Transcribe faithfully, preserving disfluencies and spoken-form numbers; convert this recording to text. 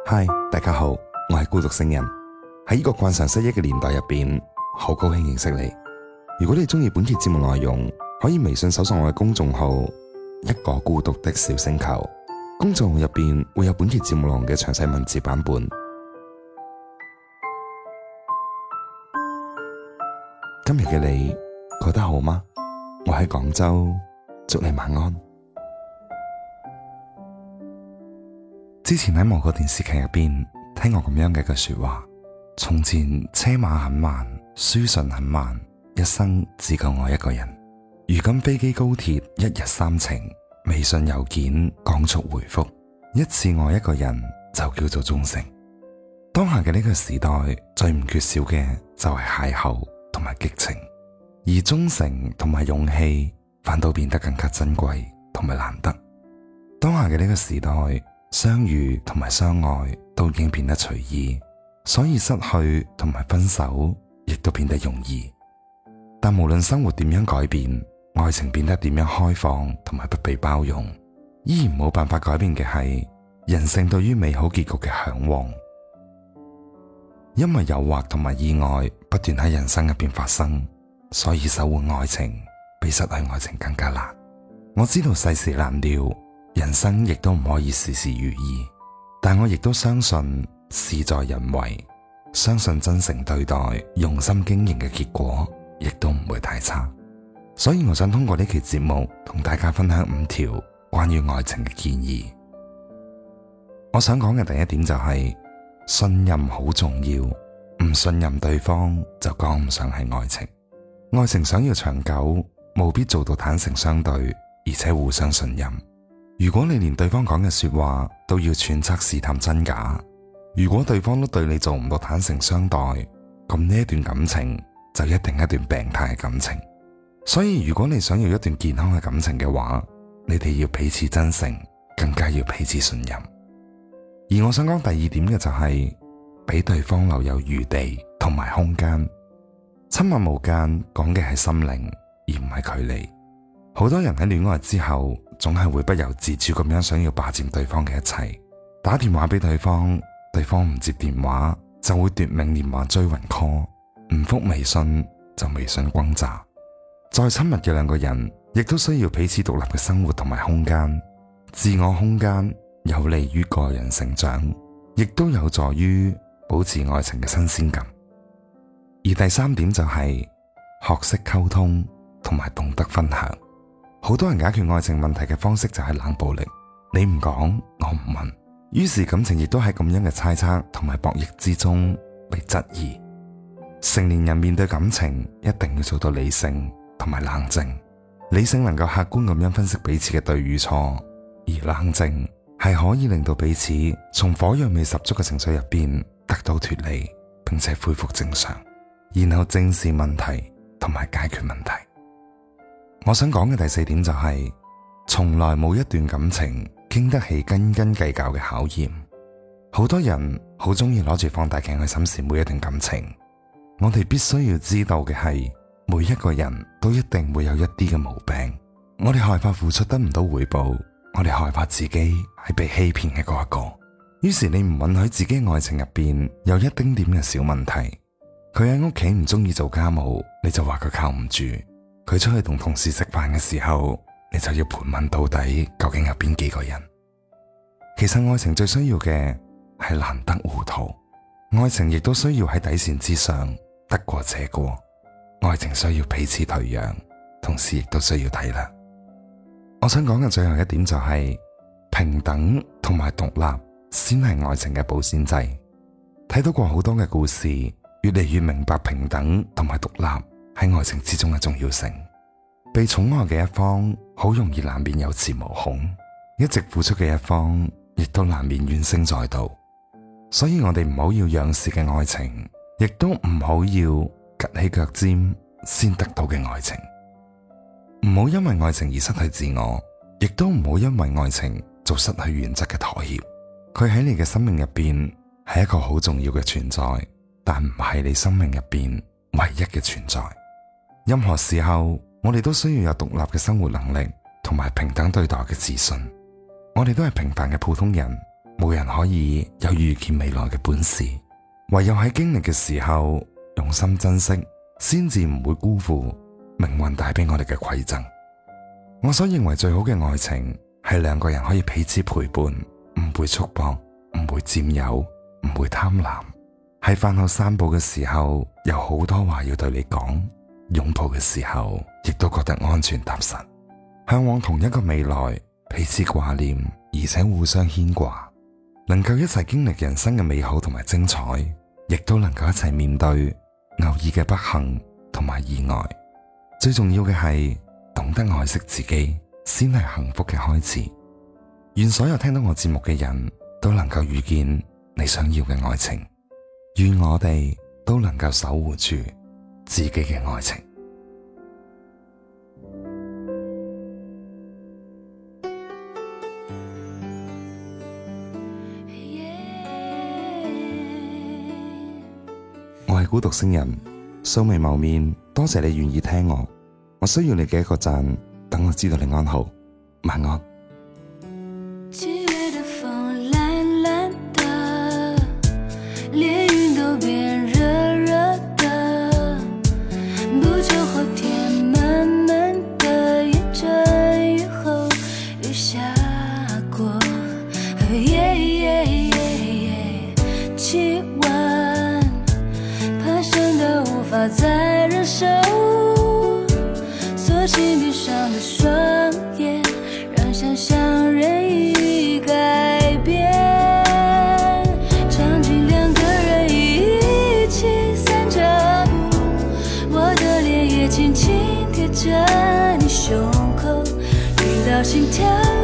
嗨，大家好，我係孤獨星人。喺呢個慣常失憶嘅年代入邊，好高興認識你。如果你中意本期節目內容，可以微信搜索我嘅公眾號一個孤獨的小星球，公眾號入邊會有本期節目內容嘅詳細文字版本。今日嘅你覺得好嗎？我喺廣州，祝你晚安。之前喺某個電視劇入邊聽過咁樣嘅一句說話：從前車馬很慢，書信很慢，一生只夠愛一個人。如今飛機高鐵一日三程，微信郵件光速回覆，一次愛一個人就叫做忠誠。當下嘅呢個時代最唔缺少嘅就係邂逅同埋激情，而忠誠同埋勇氣反倒變得更加珍貴同埋難得。當下嘅呢個時代，相遇同埋相愛都已經變得隨意，所以失去同埋分手亦都變得容易。但無論生活點樣改變，愛情變得點樣開放同埋不被包容，依然冇辦法改變嘅係人性對於美好結局嘅向往。因為誘惑同埋意外不斷喺人生入邊發生，所以守護愛情比失去愛情更加難。我知道世事難料，人生亦都唔可以事事如意，但我亦都相信事在人為，相信真誠對待、用心經營嘅結果亦都唔會太差。所以我想通過呢期節目同大家分享五條關於愛情嘅建議。我想講嘅第一點就係信任好重要，唔信任對方就講唔上係愛情。愛情想要長久，務必做到坦誠相對，而且互相信任。如果你連對方講嘅說話都要揣測試探真假，如果對方都對你做唔到坦誠相待，咁呢一段感情就一定係一段病態嘅感情。所以如果你想要一段健康嘅感情嘅話，你哋要彼此真誠，更加要彼此信任。而我想講第二點嘅就係俾對方留有餘地同埋空間。親密無間講嘅係心靈，而唔係距離。好多人喺戀愛之後，總係會不由自主咁樣想要霸佔對方嘅一切，打電話俾對方，對方唔接電話就會奪命連環追魂 call， 唔覆微信就微信轟炸。再親密嘅兩個人，亦都需要彼此獨立嘅生活同埋空間。自我空間有利於個人成長，亦都有助於保持愛情嘅新鮮感。而第三點就係學識溝通同埋懂得分享。好多人解決愛情問題嘅方式就係冷暴力，你唔講我唔問，於是感情亦都喺咁樣嘅猜測同埋博弈之中被質疑。成年人面對感情一定要做到理性同埋冷靜，理性能夠客觀咁樣分析彼此嘅對與錯，而冷靜係可以令到彼此從火藥味十足嘅情緒入邊得到脫離，並且恢復正常，然後正視問題同埋解決問題。我想講嘅第四點就係，從來冇一段感情經得起斤斤計較嘅考驗。好多人好中意攞住放大鏡去審視每一段感情，我哋必須要知道嘅係，每一個人都一定會有一啲嘅毛病。我哋害怕付出得唔到回報，我哋害怕自己係被欺騙嘅嗰一個。於是你唔允許自己愛情入邊有一丁點嘅小問題。佢喺屋企唔中意做家務，你就話佢靠唔住。佢出去同同事食飯嘅時候，你就要盤問到底究竟有邊幾個人。其實愛情最需要嘅係難得糊塗，愛情亦都需要喺底線之上得過且過。愛情需要彼此退讓，同時亦都需要體諒。我想講嘅最後一點就係平等同埋獨立先係愛情嘅保鮮劑。睇到過好多嘅故事，越嚟越明白平等同埋獨立喺愛情之中嘅重要性。被寵愛嘅一方好容易難免有恃無恐，一直付出嘅一方亦都難免怨聲載道。所以我哋唔好要仰視嘅愛情，亦都唔好要趷起腳尖先得到嘅愛情。唔好因為愛情而失去自我，亦都唔好因為愛情做失去原則嘅妥協。佢喺你嘅生命入邊係一個好重要嘅存在，但唔係你生命入邊唯一嘅存在。任何時候，我哋都需要有獨立嘅生活能力，同埋平等對待嘅自信。我哋都係平凡嘅普通人， 冇人可以有預見未來嘅本事，唯有喺經歷嘅時候用心珍惜，先至唔會辜負命運帶俾我哋嘅饋贈。我所認為最好嘅愛情係兩個人可以彼此陪伴，唔會束縛，唔會佔有，唔會貪婪。喺飯後散步嘅時候有好多話要對你講，擁抱嘅時候亦都覺得安全踏實，向往同一個未來，彼此掛念，而且互相牽掛，能夠一齊經歷人生嘅美好同埋精彩，亦都能夠一齊面對偶爾嘅不幸同埋意外。最重要嘅係懂得愛惜自己，先係幸福嘅開始。願所有聽到我節目嘅人都能夠遇見你想要嘅愛情，願我哋都能夠守護住自己嘅愛情。我係孤獨星人，素未謀面，多謝你願意聽我。我需要你嘅一個讚，等我知道你安好。晚安。 七月的風藍藍的，連雲都變熱熱的，不久後天悶悶的，一陣雨後雨下過，夜夜夜夜氣溫攀升到無法再忍受，索性閉上的雙眼，讓想象任意改變，場景兩個人一起散着步，我的臉也輕輕貼着你胸口，聽到心跳